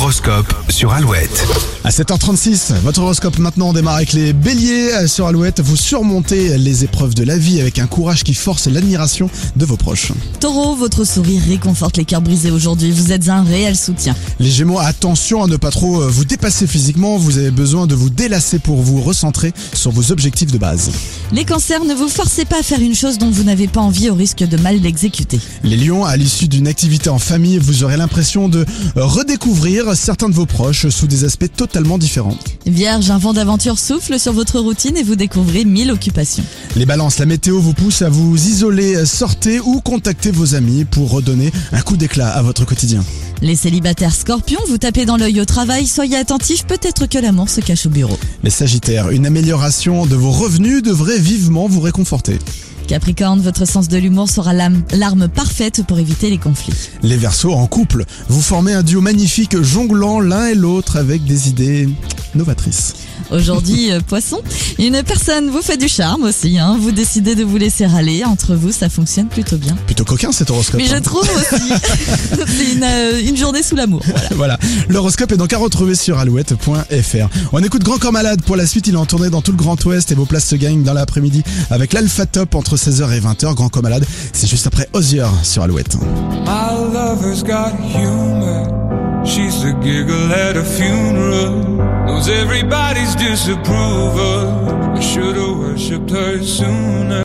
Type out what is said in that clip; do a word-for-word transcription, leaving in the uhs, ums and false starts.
L'horoscope sur Alouette. À sept heures trente-six, votre horoscope maintenant démarre avec les béliers sur Alouette. Vous surmontez les épreuves de la vie avec un courage qui force l'admiration de vos proches. Taureau, votre sourire réconforte les cœurs brisés aujourd'hui. Vous êtes un réel soutien. Les gémeaux, attention à ne pas trop vous dépasser physiquement. Vous avez besoin de vous délasser pour vous recentrer sur vos objectifs de base. Les cancers, ne vous forcez pas à faire une chose dont vous n'avez pas envie au risque de mal l'exécuter. Les lions, à l'issue d'une activité en famille, vous aurez l'impression de redécouvrir certains de vos proches sous des aspects totalement différents. Vierge, un vent d'aventure souffle sur votre routine et vous découvrez mille occupations. Les balances, la météo vous pousse à vous isoler, sortez ou contactez vos amis pour redonner un coup d'éclat à votre quotidien. Les célibataires scorpions, vous tapez dans l'œil au travail, soyez attentifs, peut-être que l'amour se cache au bureau. Les sagittaires, une amélioration de vos revenus devrait vivement vous réconforter. Capricorne, votre sens de l'humour sera l'âme- l'arme parfaite pour éviter les conflits. Les Verseaux, en couple, vous formez un duo magnifique jonglant l'un et l'autre avec des idées novatrices. Aujourd'hui, euh, poisson, une personne vous fait du charme aussi, hein. Vous décidez de vous laisser râler, entre vous ça fonctionne plutôt bien. Plutôt coquin cet horoscope. Mais je hein. trouve aussi, c'est une, euh, une journée sous l'amour. Voilà. Voilà, l'horoscope est donc à retrouver sur alouette point f r. On écoute Grand Corps Malade pour la suite, il est en tournée dans tout le Grand Ouest et vos places se gagnent dans l'après-midi avec l'Alpha Top entre seize heures et vingt heures. Grand Corps Malade, c'est juste après Osier sur Alouette. My lover's got humor. She's the giggle at a funeral. Knows everybody's disapproval. I should've worshipped her sooner.